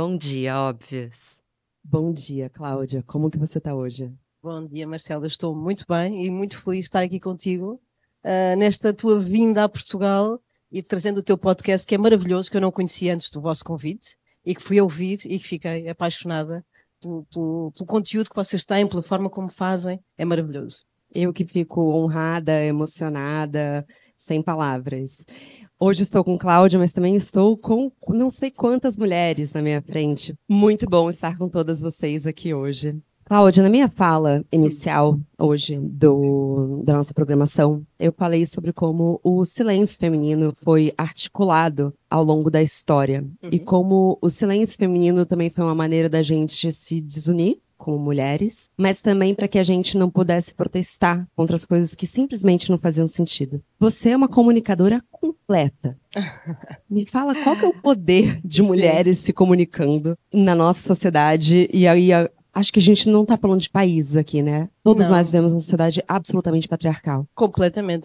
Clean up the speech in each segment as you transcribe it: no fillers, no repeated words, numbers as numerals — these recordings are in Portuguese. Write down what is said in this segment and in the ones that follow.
Bom dia, óbvios. Bom dia, Cláudia. Como que você está hoje? Bom dia, Marcela. Estou muito bem e muito feliz de estar aqui contigo nesta tua vinda a Portugal e trazendo o teu podcast, que é maravilhoso, que eu não conhecia antes do vosso convite e que fui ouvir e que fiquei apaixonada pelo conteúdo que vocês têm, pela forma como fazem. É maravilhoso. Eu que fico honrada, emocionada, sem palavras. Hoje estou com Cláudia, mas também estou com não sei quantas mulheres na minha frente. Muito bom estar com todas vocês aqui hoje. Cláudia, na minha fala inicial hoje da nossa programação, eu falei sobre como o silêncio feminino foi articulado ao longo da história e como o silêncio feminino também foi uma maneira da gente se desunir como mulheres, mas também para que a gente não pudesse protestar contra as coisas que simplesmente não faziam sentido. Você é uma comunicadora completa. Me fala qual que é o poder de mulheres se comunicando na nossa sociedade, e aí acho que a gente não está falando de países aqui, né? Todos nós vivemos uma sociedade absolutamente patriarcal. Completamente.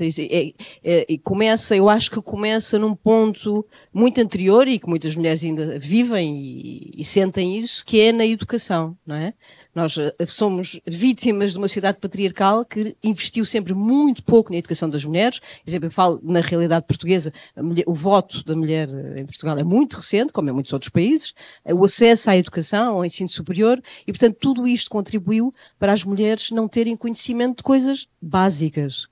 Eu acho que começa num ponto muito anterior e que muitas mulheres ainda vivem e sentem isso, que é na educação, não é? Nós somos vítimas de uma sociedade patriarcal que investiu sempre muito pouco na educação das mulheres. Por exemplo, eu falo na realidade portuguesa, o voto da mulher em Portugal é muito recente, como em muitos outros países, o acesso à educação, ao ensino superior, e portanto tudo isto contribuiu para as mulheres não terem conhecimento de coisas básicas,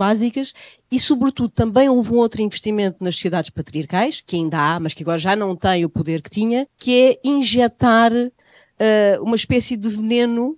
e sobretudo também houve um outro investimento nas sociedades patriarcais, que ainda há, mas que agora já não tem o poder que tinha, que é injetar uma espécie de veneno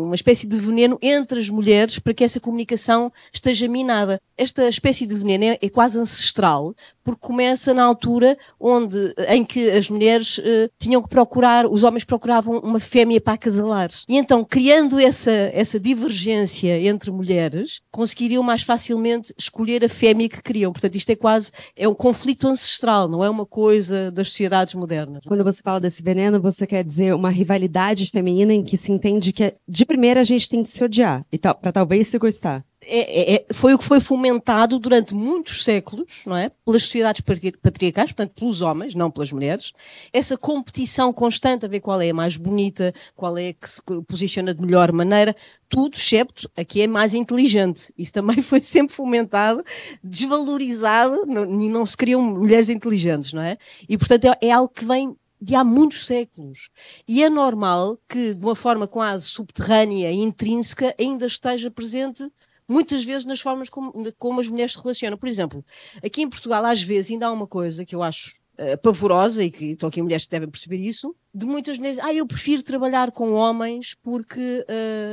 entre as mulheres para que essa comunicação esteja minada. Esta espécie de veneno é quase ancestral, porque começa na altura em que as mulheres tinham que procurar, os homens procuravam uma fêmea para acasalar. E então, criando essa divergência entre mulheres, conseguiriam mais facilmente escolher a fêmea que queriam. Portanto, isto é um conflito ancestral, não é uma coisa das sociedades modernas. Quando você fala desse veneno, você quer dizer uma rivalidade feminina em que se entende que de primeira a gente tem que se odiar, e para talvez se gostar. Foi o que foi fomentado durante muitos séculos, não é? Pelas sociedades patriarcais, portanto, pelos homens, não pelas mulheres. Essa competição constante a ver qual é a mais bonita, qual é a que se posiciona de melhor maneira, tudo, excepto a que é mais inteligente. Isso também foi sempre fomentado, desvalorizado, e não se criam mulheres inteligentes, não é? E, portanto, é algo que vem de há muitos séculos. E é normal que, de uma forma quase subterrânea e intrínseca, ainda esteja presente muitas vezes nas formas como as mulheres se relacionam. Por exemplo, aqui em Portugal, às vezes, ainda há uma coisa que eu acho pavorosa, e que estão aqui mulheres que devem perceber isso, de muitas mulheres, eu prefiro trabalhar com homens porque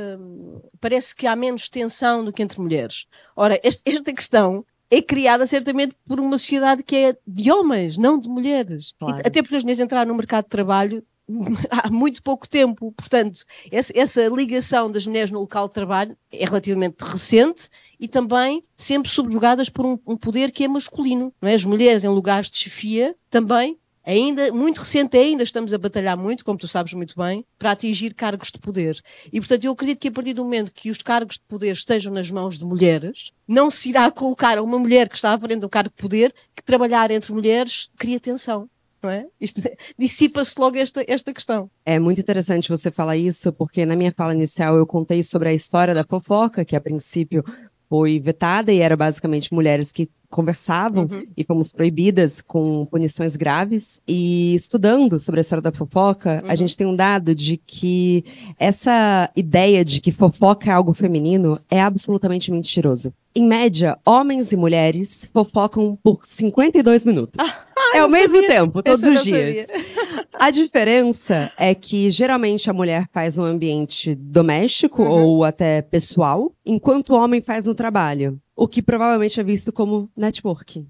parece que há menos tensão do que entre mulheres. Ora, esta questão é criada certamente por uma sociedade que é de homens, não de mulheres. Claro. Até porque as mulheres entraram no mercado de trabalho há muito pouco tempo. Portanto, essa ligação das mulheres no local de trabalho é relativamente recente e também sempre subjugadas por um poder que é masculino. Não é? As mulheres em lugares de chefia também, ainda muito recente, ainda estamos a batalhar muito, como tu sabes muito bem, para atingir cargos de poder. E, portanto, eu acredito que a partir do momento que os cargos de poder estejam nas mãos de mulheres, não se irá colocar a uma mulher que está à frente do cargo de poder que trabalhar entre mulheres cria tensão. Não é? Isto dissipa-se logo esta questão. É muito interessante você falar isso, porque na minha fala inicial eu contei sobre a história da fofoca, que a princípio foi vetada e era basicamente mulheres que conversavam e fomos proibidas com punições graves. E estudando sobre a história da fofoca, a gente tem um dado de que essa ideia de que fofoca é algo feminino é absolutamente mentiroso. Em média, homens e mulheres fofocam por 52 minutos. É ao mesmo tempo, todos os dias. A diferença é que geralmente a mulher faz no ambiente doméstico ou até pessoal, enquanto o homem faz no trabalho. O que provavelmente é visto como networking.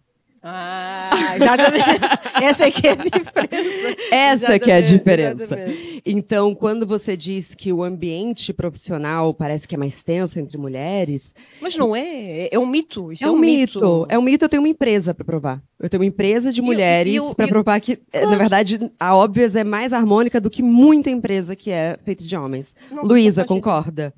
Exatamente. Essa é que é a diferença. Essa que é a diferença. Exatamente. Então, quando você diz que o ambiente profissional parece que é mais tenso entre mulheres... Mas não é. É um mito. Isso é um mito. É um mito, eu tenho uma empresa para provar. Eu tenho uma empresa de mulheres para provar que, claro, na verdade, a Óbvias é mais harmônica do que muita empresa que é feita de homens. Luísa, concorda?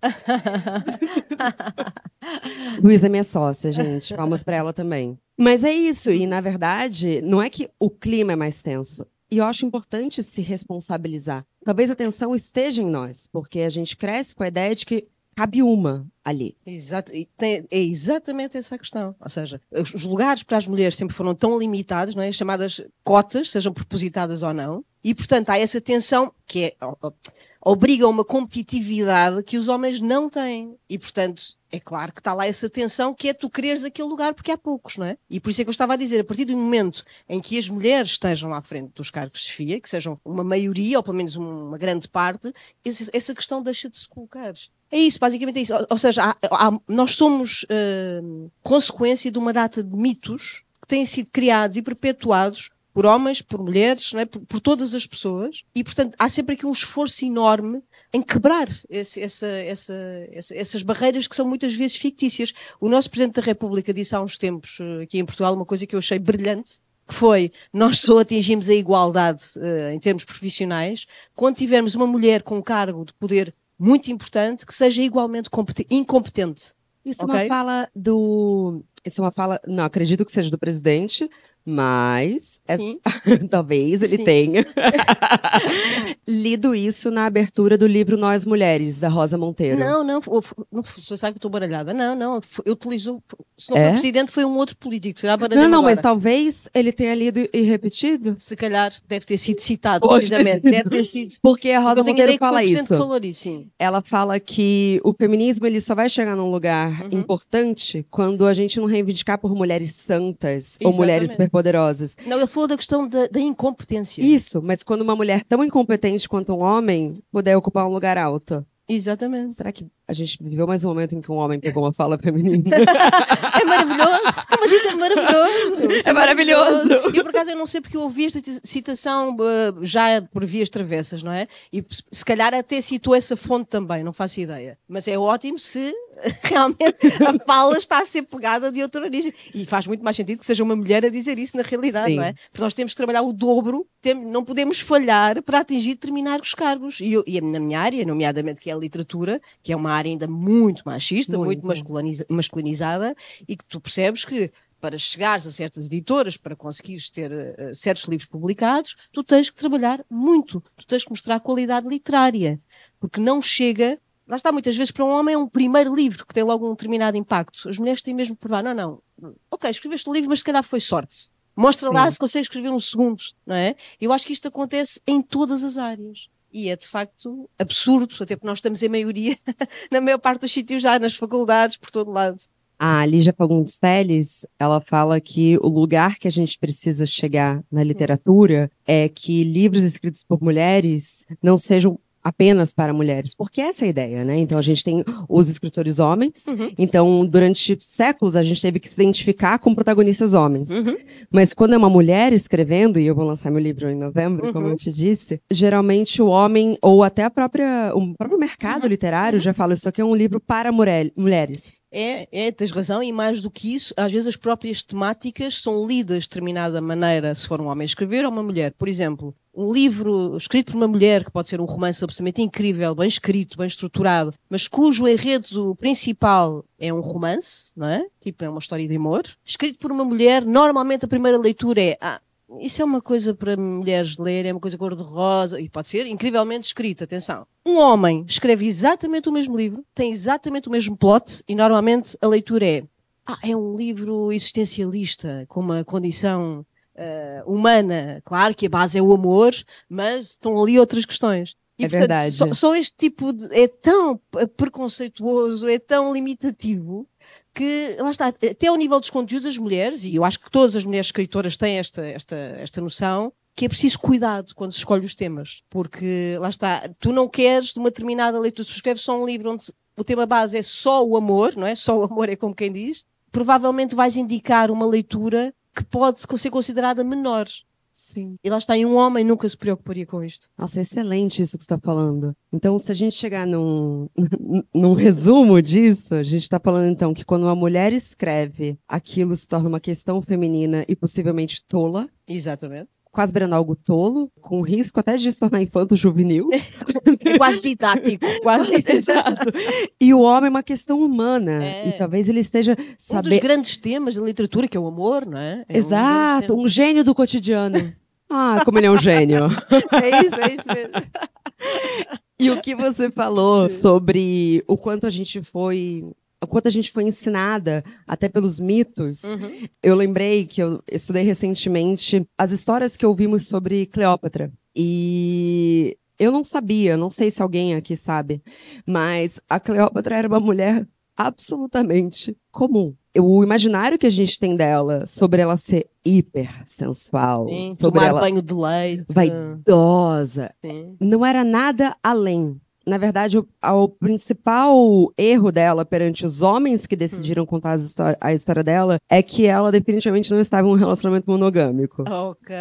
Luísa é minha sócia, gente. Palmas para ela também. Mas é isso, e na verdade, não é que o clima é mais tenso. E eu acho importante se responsabilizar. Talvez a atenção esteja em nós, porque a gente cresce com a ideia de que cabe uma ali. Exato, é exatamente essa a questão. Ou seja, os lugares para as mulheres sempre foram tão limitados, não é? Chamadas cotas, sejam propositadas ou não, e portanto há essa tensão que obriga a uma competitividade que os homens não têm. E portanto, é claro que está lá essa tensão que é tu quereres aquele lugar porque há poucos, não é? E por isso é que eu estava a dizer, a partir do momento em que as mulheres estejam à frente dos cargos de chefia, que sejam uma maioria, ou pelo menos uma grande parte, essa questão deixa de se colocar. É isso, basicamente é isso. Ou seja, nós somos consequência de uma data de mitos que têm sido criados e perpetuados por homens, por mulheres, não é? por todas as pessoas, e portanto há sempre aqui um esforço enorme em quebrar essas barreiras que são muitas vezes fictícias. O nosso Presidente da República disse há uns tempos aqui em Portugal uma coisa que eu achei brilhante, que foi, nós só atingimos a igualdade em termos profissionais quando tivermos uma mulher com um cargo de poder muito importante que seja igualmente incompetente. Isso é Okay? uma fala Isso é uma fala, não acredito que seja do presidente, mas talvez ele Sim. tenha lido isso na abertura do livro Nós Mulheres, da Rosa Monteiro. Não, você sabe que eu estou baralhada. Não, eu utilizo. Se não É? foi o presidente, foi um outro político. Será baralhada Não, agora? mas talvez ele tenha lido e repetido. Se calhar deve ter sido citado, Pode ter precisamente. sido. Deve ter sido. Porque a Rosa Eu tenho Monteiro ideia que foi o fala presidente isso. que falou disso, sim. Ela fala que o feminismo ele só vai chegar num lugar importante quando a gente não reivindicar por mulheres santas ou mulheres Exatamente. superpoderosas. Não, ele falou da questão da incompetência. Isso, mas quando uma mulher tão incompetente quanto um homem puder ocupar um lugar alto. Exatamente. Será que a gente viveu mais um momento em que um homem pegou uma fala feminina? É maravilhoso. Não, mas isso é maravilhoso. Isso É maravilhoso. E por acaso eu não sei porque eu ouvi esta citação já por vias travessas, não é? E se calhar até citou essa fonte também, não faço ideia. Mas é ótimo se realmente a fala está a ser pegada de outra origem. E faz muito mais sentido que seja uma mulher a dizer isso na realidade, Sim. não é? Porque nós temos que trabalhar o dobro, não podemos falhar para atingir determinados cargos. E na minha área, nomeadamente que é a literatura, que é uma área ainda muito machista, muito masculinizada, e que tu percebes que para chegares a certas editoras, para conseguires ter certos livros publicados, tu tens que trabalhar muito, tu tens que mostrar qualidade literária, porque não chega. Lá está, muitas vezes para um homem é um primeiro livro que tem logo um determinado impacto. As mulheres têm mesmo que provar, não. Ok, escreveste o livro, mas se calhar foi sorte. Mostra Sim. lá se consegues escrever um segundo, não é? Eu acho que isto acontece em todas as áreas. E é de facto absurdo, até porque nós estamos em maioria, na maior parte dos sítios já, nas faculdades, por todo lado. A Lígia Fagundes Telles, ela fala que o lugar que a gente precisa chegar na literatura é que livros escritos por mulheres não sejam apenas para mulheres, porque essa é a ideia, né? Então a gente tem os escritores homens, então durante séculos a gente teve que se identificar com protagonistas homens. Mas quando é uma mulher escrevendo, e eu vou lançar meu livro em novembro, como eu te disse, geralmente o homem, ou até o próprio mercado literário já fala, isso aqui é um livro para mulheres. Tens razão, e mais do que isso, às vezes as próprias temáticas são lidas de determinada maneira, se for um homem a escrever ou uma mulher. Por exemplo, um livro escrito por uma mulher, que pode ser um romance absolutamente incrível, bem escrito, bem estruturado, mas cujo enredo principal é um romance, não é? Tipo, é uma história de amor. Escrito por uma mulher, normalmente a primeira leitura é isso é uma coisa para mulheres ler, é uma coisa cor-de-rosa, e pode ser incrivelmente escrita, atenção. Um homem escreve exatamente o mesmo livro, tem exatamente o mesmo plot, e normalmente a leitura é um livro existencialista, com uma condição humana. Claro que a base é o amor, mas estão ali outras questões. E, portanto, verdade. Só este tipo é tão preconceituoso, é tão limitativo, que, lá está, até ao nível dos conteúdos, as mulheres, e eu acho que todas as mulheres escritoras têm esta noção, que é preciso cuidado quando se escolhe os temas, porque, lá está, tu não queres de uma determinada leitura, se escreves só um livro onde o tema base é só o amor, não é? Só o amor é como quem diz, provavelmente vais indicar uma leitura que pode ser considerada menor. Sim. E lá está, e um homem nunca se preocuparia com isto. Nossa, é excelente isso que você está falando. Então, se a gente chegar num resumo disso, a gente está falando, então, que quando uma mulher escreve, aquilo se torna uma questão feminina e possivelmente tola, Exatamente. quase beirando algo tolo, com risco até de se tornar infanto-juvenil. É quase didático. Quase. Exato. E o homem é uma questão humana. E talvez ele esteja Um sabendo... dos grandes temas da literatura, que é o amor, não é? Exato, um gênio do cotidiano. Ah, como ele é um gênio. É isso mesmo. E o que você falou sobre o quanto a gente foi ensinada até pelos mitos, eu lembrei que eu estudei recentemente as histórias que ouvimos sobre Cleópatra. E eu não sabia, não sei se alguém aqui sabe, mas a Cleópatra era uma mulher absolutamente comum. O imaginário que a gente tem dela, sobre ela ser hiper sensual, Sim, sobre tomar ela banho de leite. vaidosa, Sim. não era nada além. Na verdade, o principal erro dela perante os homens que decidiram contar a história dela é que ela definitivamente não estava em um relacionamento monogâmico. Ok.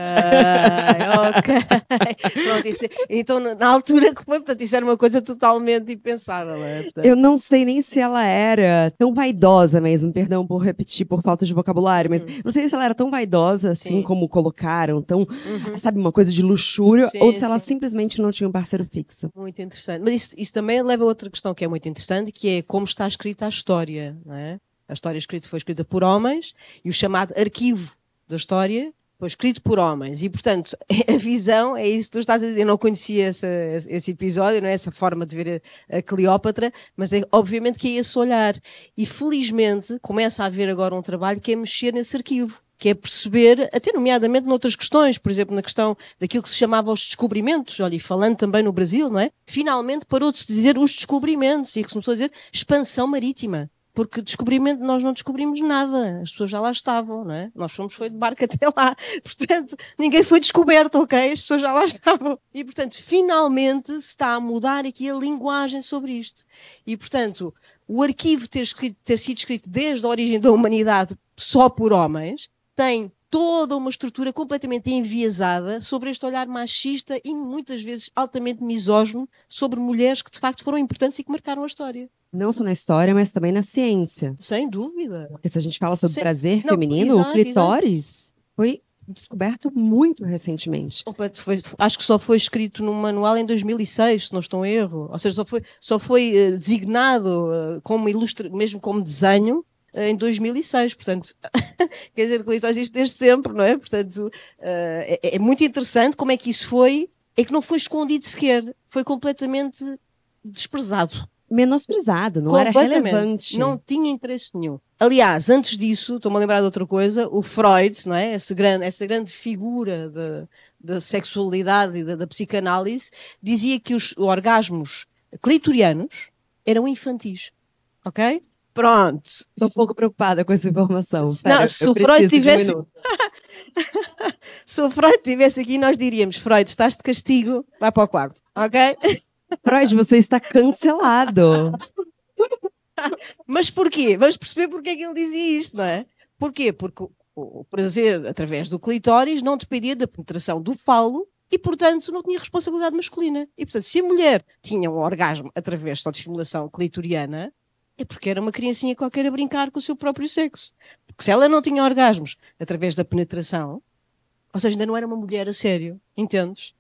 Pronto, então, na altura que foi, portanto, isso era uma coisa totalmente impensável, não é? Portanto, Eu não sei nem se ela era tão vaidosa mesmo, perdão por repetir, por falta de vocabulário, mas não sei se ela era tão vaidosa assim Sim. como colocaram, tão, sabe, uma coisa de luxúria, Sim, ou se ela sim. simplesmente não tinha um parceiro fixo. Muito interessante. Mas isso também leva a outra questão que é muito interessante, que é como está escrita a história, não é? A história foi escrita por homens e o chamado arquivo da história foi escrito por homens. E, portanto, a visão, é isso que tu estás a dizer. Eu não conhecia esse episódio, não é? Essa forma de ver a Cleópatra, mas é obviamente que é esse olhar. E, felizmente, começa a haver agora um trabalho que é mexer nesse arquivo, que é perceber, até nomeadamente noutras questões, por exemplo, na questão daquilo que se chamava os descobrimentos, olha, e falando também no Brasil, não é? Finalmente parou de se dizer os descobrimentos e que se começou a dizer expansão marítima. Porque descobrimento, nós não descobrimos nada. As pessoas já lá estavam, não é? Nós foi de barco até lá. Portanto, ninguém foi descoberto, ok? As pessoas já lá estavam. E, portanto, finalmente se está a mudar aqui a linguagem sobre isto. E, portanto, o arquivo ter sido escrito desde a origem da humanidade só por homens, tem toda uma estrutura completamente enviesada sobre este olhar machista e muitas vezes altamente misógino sobre mulheres que de facto foram importantes e que marcaram a história. Não só na história, mas também na ciência. Sem dúvida. Porque se a gente fala sobre prazer Não, feminino, exato, o clitóris foi descoberto muito recentemente. Acho que só foi escrito num manual em 2006, se não estou em erro. Ou seja, só foi designado como mesmo como desenho em 2006, portanto, quer dizer, o clitóris existe desde sempre, não é? Portanto, é muito interessante como é que isso é que não foi escondido sequer, foi completamente desprezado. Menosprezado, não era relevante. Não tinha interesse nenhum. Aliás, antes disso, estou-me a lembrar de outra coisa, o Freud, não é? Essa grande figura da sexualidade e da psicanálise, dizia que os orgasmos clitorianos eram infantis. Ok? Pronto. Estou um pouco preocupada com essa informação. Se o Freud tivesse... Se o Freud estivesse aqui, nós diríamos: Freud, estás de castigo, vai para o quarto. Ok? Freud, você está cancelado. Mas porquê? Vamos perceber porque é que ele dizia isto, não é? Porquê? Porque o prazer através do clitóris não dependia da penetração do falo e, portanto, não tinha responsabilidade masculina. E, portanto, se a mulher tinha um orgasmo através só de estimulação clitoriana, é porque era uma criancinha qualquer a brincar com o seu próprio sexo. Porque se ela não tinha orgasmos através da penetração, ou seja, ainda não era uma mulher a sério. Entendes?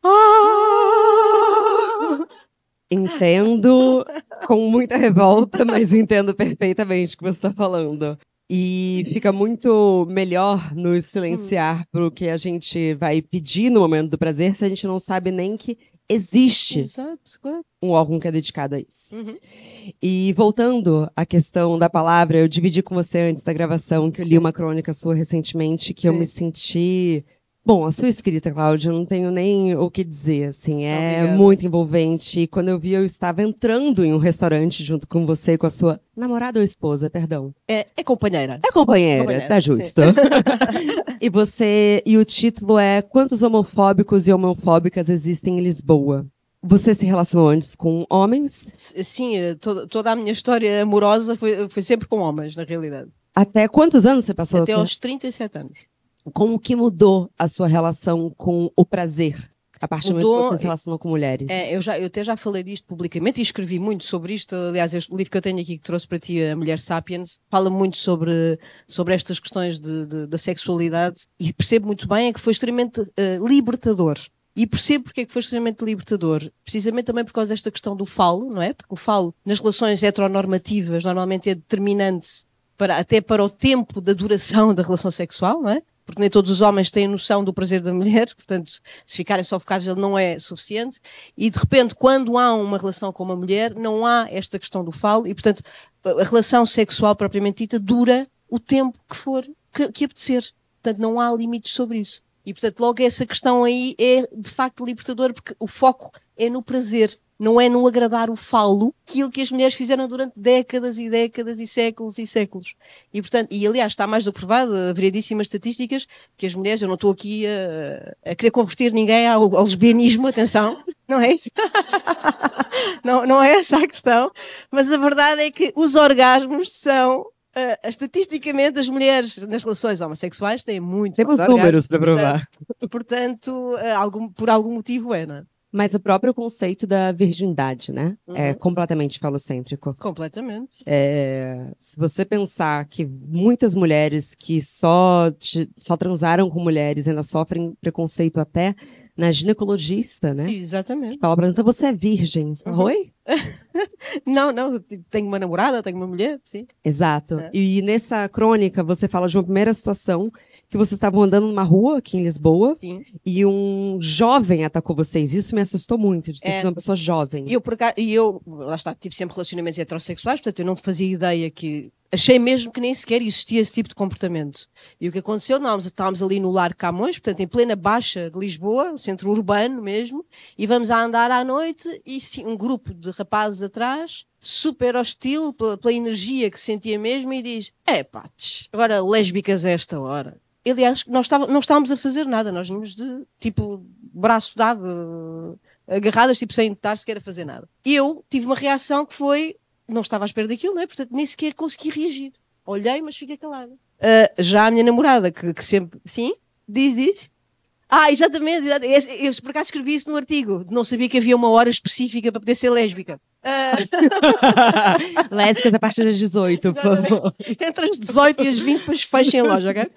Entendo com muita revolta, mas entendo perfeitamente o que você está falando. E fica muito melhor nos silenciar para o que a gente vai pedir no momento do prazer se a gente não sabe nem que existe Exato, claro. um órgão que é dedicado a isso. E voltando à questão da palavra, eu dividi com você antes da gravação que eu li uma crônica sua recentemente que eu me senti... Bom, a sua escrita, Cláudia, eu não tenho nem o que dizer, assim, é Obrigada. muito envolvente. E quando eu vi, eu estava entrando em um restaurante junto com você e com a sua namorada ou esposa, perdão. É companheira. É companheira, Companheira, tá justo. E o título é Quantos homofóbicos e homofóbicas existem em Lisboa? Você se relacionou antes com homens? Sim, toda a minha história amorosa foi sempre com homens, na realidade. Até quantos anos você passou Até assim? aos 37 anos. Como que mudou a sua relação com o prazer? A partir do momento que você se relacionou com mulheres. Eu até já falei disto publicamente e escrevi muito sobre isto. Aliás, este livro que eu tenho aqui que trouxe para ti, A Mulher Sapiens, fala muito sobre estas questões da sexualidade e percebo muito bem é que foi extremamente libertador. E percebo porque é que foi extremamente libertador. Precisamente também por causa desta questão do falo, não é? Porque o falo nas relações heteronormativas normalmente é determinante até para o tempo da duração da relação sexual, não é? porque nem todos os homens têm noção do prazer da mulher, portanto, se ficarem só focados, ele não é suficiente. E, de repente, quando há uma relação com uma mulher, não há esta questão do falo e, portanto, a relação sexual propriamente dita dura o tempo que for, que apetecer. Portanto, não há limites sobre isso. E, portanto, logo essa questão aí é, de facto, libertadora, porque o foco é no prazer, não é no agradar o falo, aquilo que as mulheres fizeram durante décadas e décadas e séculos e séculos. E, portanto, e aliás, está mais do que provado, variedíssimas estatísticas, que as mulheres, eu não estou aqui a querer converter ninguém ao lesbianismo, atenção, não é isso? não é essa a questão, mas a verdade é que os orgasmos são... estatisticamente, as mulheres nas relações homossexuais têm muito. Temos números para provar. Portanto, por algum motivo é, não é? Mas o próprio conceito da virgindade, né? É completamente falocêntrico. Completamente. Se você pensar que muitas mulheres que só transaram com mulheres ainda sofrem preconceito até na ginecologista, né? Exatamente. Fala pra ela, então você é virgem. Você fala, oi? Não, tenho uma namorada, tenho uma mulher, sim. Exato. E nessa crônica você fala de uma primeira situação que vocês estavam andando numa rua aqui em Lisboa, sim, e um jovem atacou vocês. Isso me assustou muito, de ter sido uma pessoa jovem. E eu, lá está, tive sempre relacionamentos heterossexuais, portanto eu não fazia ideia que... Achei mesmo que nem sequer existia esse tipo de comportamento. E o que aconteceu, nós estávamos ali no Largo Camões, portanto em plena Baixa de Lisboa, centro urbano mesmo, e vamos a andar à noite e sim, um grupo de rapazes atrás, super hostil pela energia que sentia mesmo, e diz, agora lésbicas a esta hora. Aliás, nós não estávamos a fazer nada, nós vínhamos de, tipo, braço dado, agarradas, tipo, sem estar sequer a fazer nada. Eu tive uma reação que foi, não estava à espera daquilo, não é? Portanto, nem sequer consegui reagir. Olhei, mas fiquei calada. Já a minha namorada, que sempre... Sim? Diz. Exatamente. Eu por acaso escrevi isso no artigo. Não sabia que havia uma hora específica para poder ser lésbica. Lésbicas a partir das 18, por favor. Entre as 18 e as 20, depois fechem a loja, ok?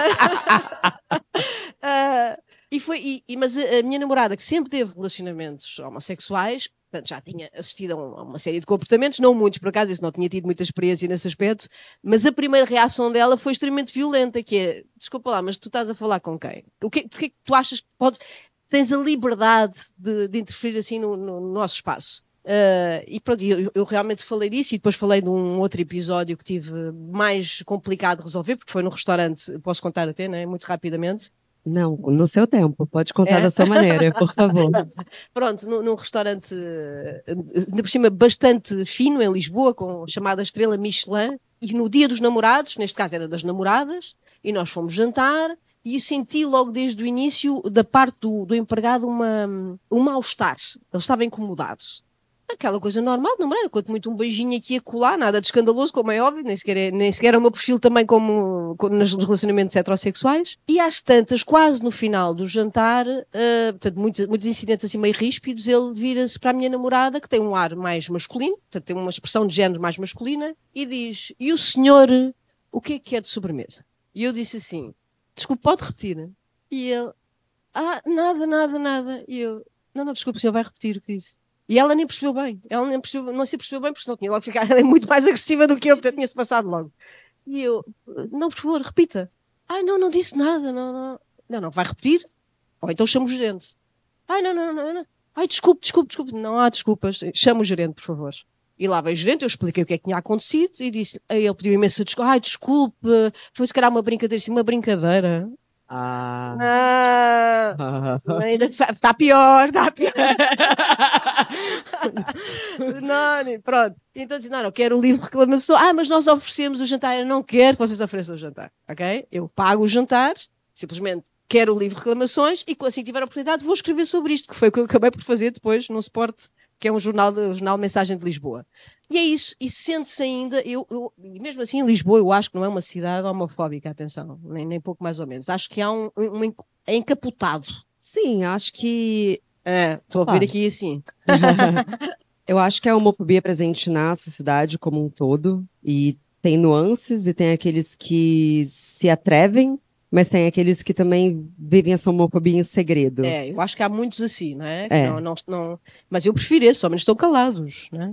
Mas a minha namorada, que sempre teve relacionamentos homossexuais, portanto, já tinha assistido a uma série de comportamentos, não muitos, por acaso, isso não tinha tido muita experiência nesse aspecto, mas a primeira reação dela foi extremamente violenta, que é, desculpa lá, mas tu estás a falar com quem? Porquê que tu achas que tens a liberdade de interferir assim no nosso espaço? E pronto, eu realmente falei disso e depois falei de um outro episódio que tive mais complicado de resolver, porque foi num restaurante, posso contar até, né, muito rapidamente. Não, no seu tempo, pode contar da sua maneira, por favor. Pronto, num restaurante, ainda por cima, bastante fino, em Lisboa, com chamada Estrela Michelin, e no dia dos namorados, neste caso era das namoradas, e nós fomos jantar, e eu senti logo desde o início, da parte do empregado, um mal-estar. Ele estava incomodado. Aquela coisa normal, não é? Quanto muito um beijinho aqui e acolá, nada de escandaloso, como é óbvio, nem sequer é o meu perfil também como nos relacionamentos heterossexuais. E às tantas, quase no final do jantar, portanto, muitos incidentes assim meio ríspidos, ele vira-se para a minha namorada, que tem um ar mais masculino, portanto tem uma expressão de género mais masculina, e diz, e o senhor, o que é que quer de sobremesa? E eu disse assim, desculpe, pode repetir? Né? E ele, nada. E eu, não, desculpe, o senhor vai repetir o que disse. E ela nem percebeu bem. Não se percebeu bem, porque senão tinha logo ficado. Ela é muito mais agressiva do que eu, portanto tinha-se passado logo. E eu, não, por favor, repita. Não disse nada. Não, vai repetir? Ou então chamo o gerente. Não. Desculpe. Não há desculpas. Chama o gerente, por favor. E lá veio o gerente, eu expliquei o que é que tinha acontecido e disse, ele pediu imensa desculpa. Desculpe, foi se calhar uma brincadeira. Sim, uma brincadeira. Ainda está pior. Não, pronto. Então disse, não, quero o livro de reclamação. Mas nós oferecemos o jantar. Eu não quero que vocês ofereçam o jantar, ok? Eu pago o jantar, simplesmente quero o livro de reclamações e assim que tiver a oportunidade vou escrever sobre isto, que foi o que eu acabei por fazer depois no Sport, que é um jornal Mensagem de Lisboa. E é isso, e sente-se ainda, e mesmo assim em Lisboa eu acho que não é uma cidade homofóbica, atenção, nem pouco mais ou menos. Acho que há é encapotado. Sim, acho que... Estou a ver aqui assim. Eu acho que a homofobia é presente na sociedade como um todo, e tem nuances, e tem aqueles que se atrevem, mas tem aqueles que também vivem essa homofobia em segredo. Eu acho que há muitos assim, não é? Não, mas eu prefiro esse, ao menos estão calados, não é?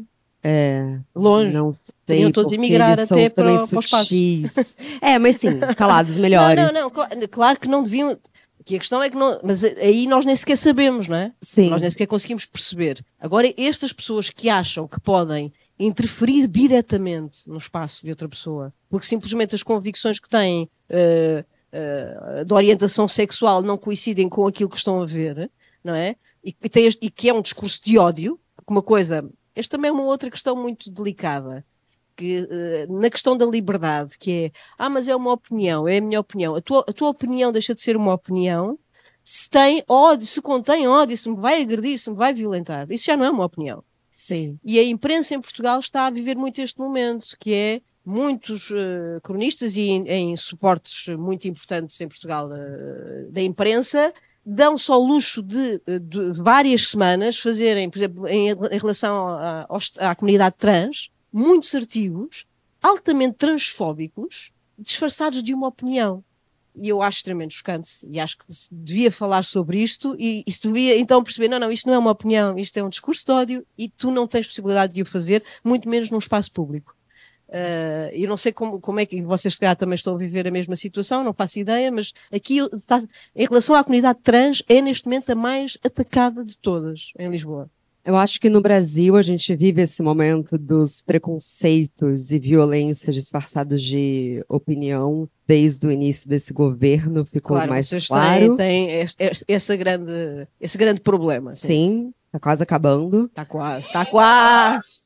Longe. Não sei, Podiam todos porque emigrar eles são até para também o espaço. sutis. Mas sim, calados melhores. Não, claro que não deviam. Que a questão é que não. Mas aí nós nem sequer sabemos, não é? Sim. Nós nem sequer conseguimos perceber. Agora, estas pessoas que acham que podem interferir diretamente no espaço de outra pessoa, porque simplesmente as convicções que têm de orientação sexual não coincidem com aquilo que estão a ver, não é? E que é um discurso de ódio, porque uma coisa. Esta também é uma outra questão muito delicada. Que, na questão da liberdade, que é, mas é uma opinião, é a minha opinião. A tua opinião deixa de ser uma opinião se tem ódio, se contém ódio, se me vai agredir, se me vai violentar. Isso já não é uma opinião. Sim. E a imprensa em Portugal está a viver muito este momento, que é muitos cronistas e em suportes muito importantes em Portugal da imprensa dão-se ao luxo de várias semanas fazerem, por exemplo, em relação à comunidade trans, muitos artigos altamente transfóbicos disfarçados de uma opinião. E eu acho extremamente chocante e acho que se devia falar sobre isto e se devia então perceber, não, isto não é uma opinião, isto é um discurso de ódio e tu não tens possibilidade de o fazer, muito menos num espaço público. Eu não sei como é que vocês se calhar também estão a viver a mesma situação, não faço ideia, mas aqui em relação à comunidade trans é neste momento a mais atacada de todas em Lisboa. Eu acho que no Brasil a gente vive esse momento dos preconceitos e violências disfarçadas de opinião desde o início desse governo, ficou claro, mais vocês claro. Têm esse grande problema. Sim, tá quase acabando. Está quase.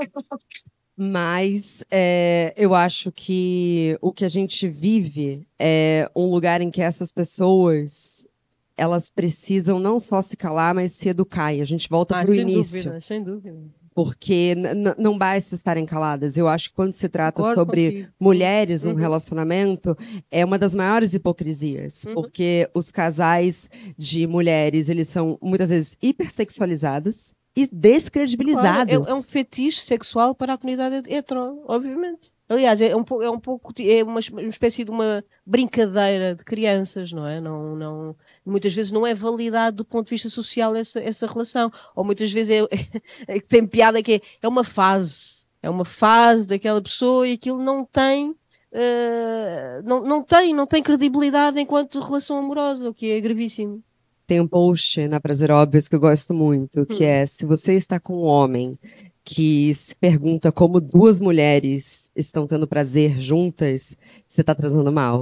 Mas eu acho que o que a gente vive é um lugar em que essas pessoas elas precisam não só se calar, mas se educar. E a gente volta para o início. Sem dúvida. Porque não basta estarem caladas. Eu acho que quando se trata Concordo sobre contigo. mulheres num relacionamento, é uma das maiores hipocrisias. Porque os casais de mulheres, eles são muitas vezes hipersexualizados e descredibilizados. Claro, é um fetiche sexual para a comunidade hetero, obviamente. Aliás, é uma espécie de uma brincadeira de crianças, não é? Muitas vezes não é validado do ponto de vista social essa relação. Ou muitas vezes tem piada que é uma fase. É uma fase daquela pessoa e aquilo não tem não tem credibilidade enquanto relação amorosa, o que é gravíssimo. Tem um post na Prazer Óbvios que eu gosto muito, que é: se você está com um homem que se pergunta como duas mulheres estão tendo prazer juntas, você está transando mal.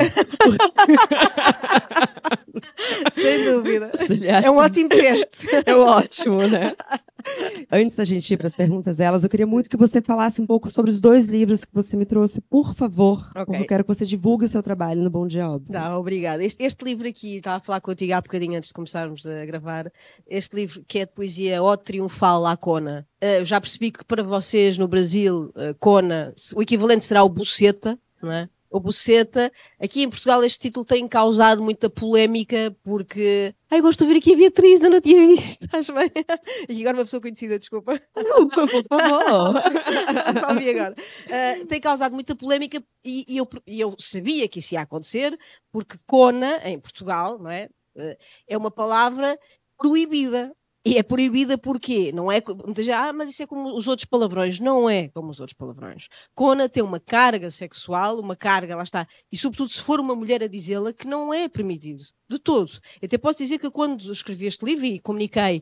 Sem dúvida. É um ótimo teste. É ótimo, né? Antes da gente ir para as perguntas delas, eu queria muito que você falasse um pouco sobre os 2 livros que você me trouxe, por favor. Okay. Porque eu quero que você divulgue o seu trabalho no Bom Dia Óbvio. Tá, obrigada. Este livro aqui, estava a falar contigo há bocadinho antes de começarmos a gravar, este livro que é de poesia Ode Triunfal à Cona. Eu já percebi que para vocês no Brasil, Cona, o equivalente será o Buceta, não é? O Buceta. Aqui em Portugal este título tem causado muita polémica porque... gosto de ver aqui a Beatriz, eu não tinha visto, estás bem? E agora uma pessoa conhecida, desculpa. Não, por favor. Só vi agora. Tem causado muita polémica e eu sabia que isso ia acontecer porque Cona, em Portugal, não é? É uma palavra proibida. E é proibida porque não é, muita gente, mas isso é como os outros palavrões. Não é como os outros palavrões. Cona tem uma carga sexual, uma carga, lá está, e sobretudo se for uma mulher a dizê-la, que não é permitido, de todo. Eu até posso dizer que quando escrevi este livro e comuniquei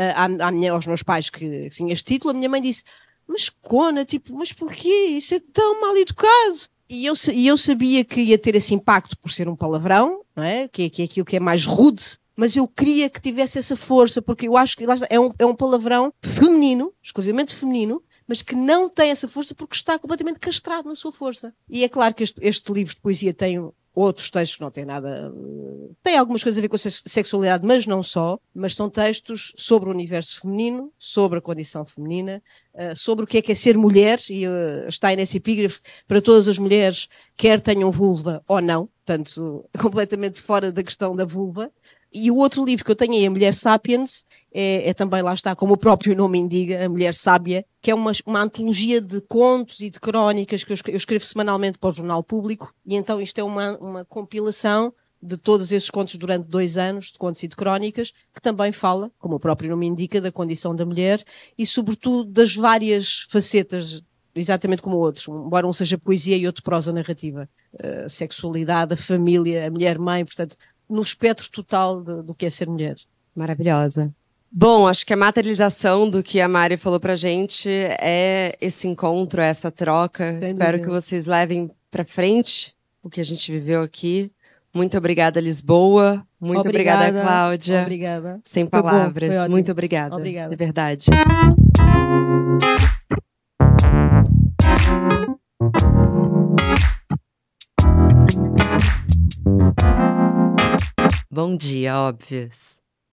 aos meus pais que tinha este título, a minha mãe disse: mas Cona, mas porquê? Isso é tão mal educado. E eu sabia que ia ter esse impacto por ser um palavrão, não é? Que é aquilo que é mais rude. Mas eu queria que tivesse essa força, porque eu acho que é um palavrão feminino, exclusivamente feminino, mas que não tem essa força porque está completamente castrado na sua força. E é claro que este livro de poesia tem outros textos que não têm nada... Tem algumas coisas a ver com a sexualidade, mas não só. Mas são textos sobre o universo feminino, sobre a condição feminina, sobre o que é ser mulher, e está aí nesse epígrafe para todas as mulheres, quer tenham vulva ou não, portanto, completamente fora da questão da vulva. E o outro livro que eu tenho é A Mulher Sapiens, é também, lá está, como o próprio nome indica, A Mulher Sábia, que é uma antologia de contos e de crónicas que eu escrevo semanalmente para o Jornal Público, e então isto é uma compilação de todos esses contos durante 2 anos, de contos e de crónicas, que também fala, como o próprio nome indica, da condição da mulher e, sobretudo, das várias facetas, exatamente como outros, embora um seja poesia e outro prosa narrativa. A sexualidade, a família, a mulher-mãe, portanto, no espectro total do que é ser mulher. Maravilhosa. Bom, acho que a materialização do que a Mari falou pra gente é esse encontro, essa troca. Sem Espero dúvida. que vocês levem pra frente o que a gente viveu aqui. Muito obrigada, Lisboa. Muito obrigada, Cláudia. Obrigada. Sem Foi bom, palavras. foi ótimo. Muito obrigada. Obrigada. De verdade. Bom dia, óbvios.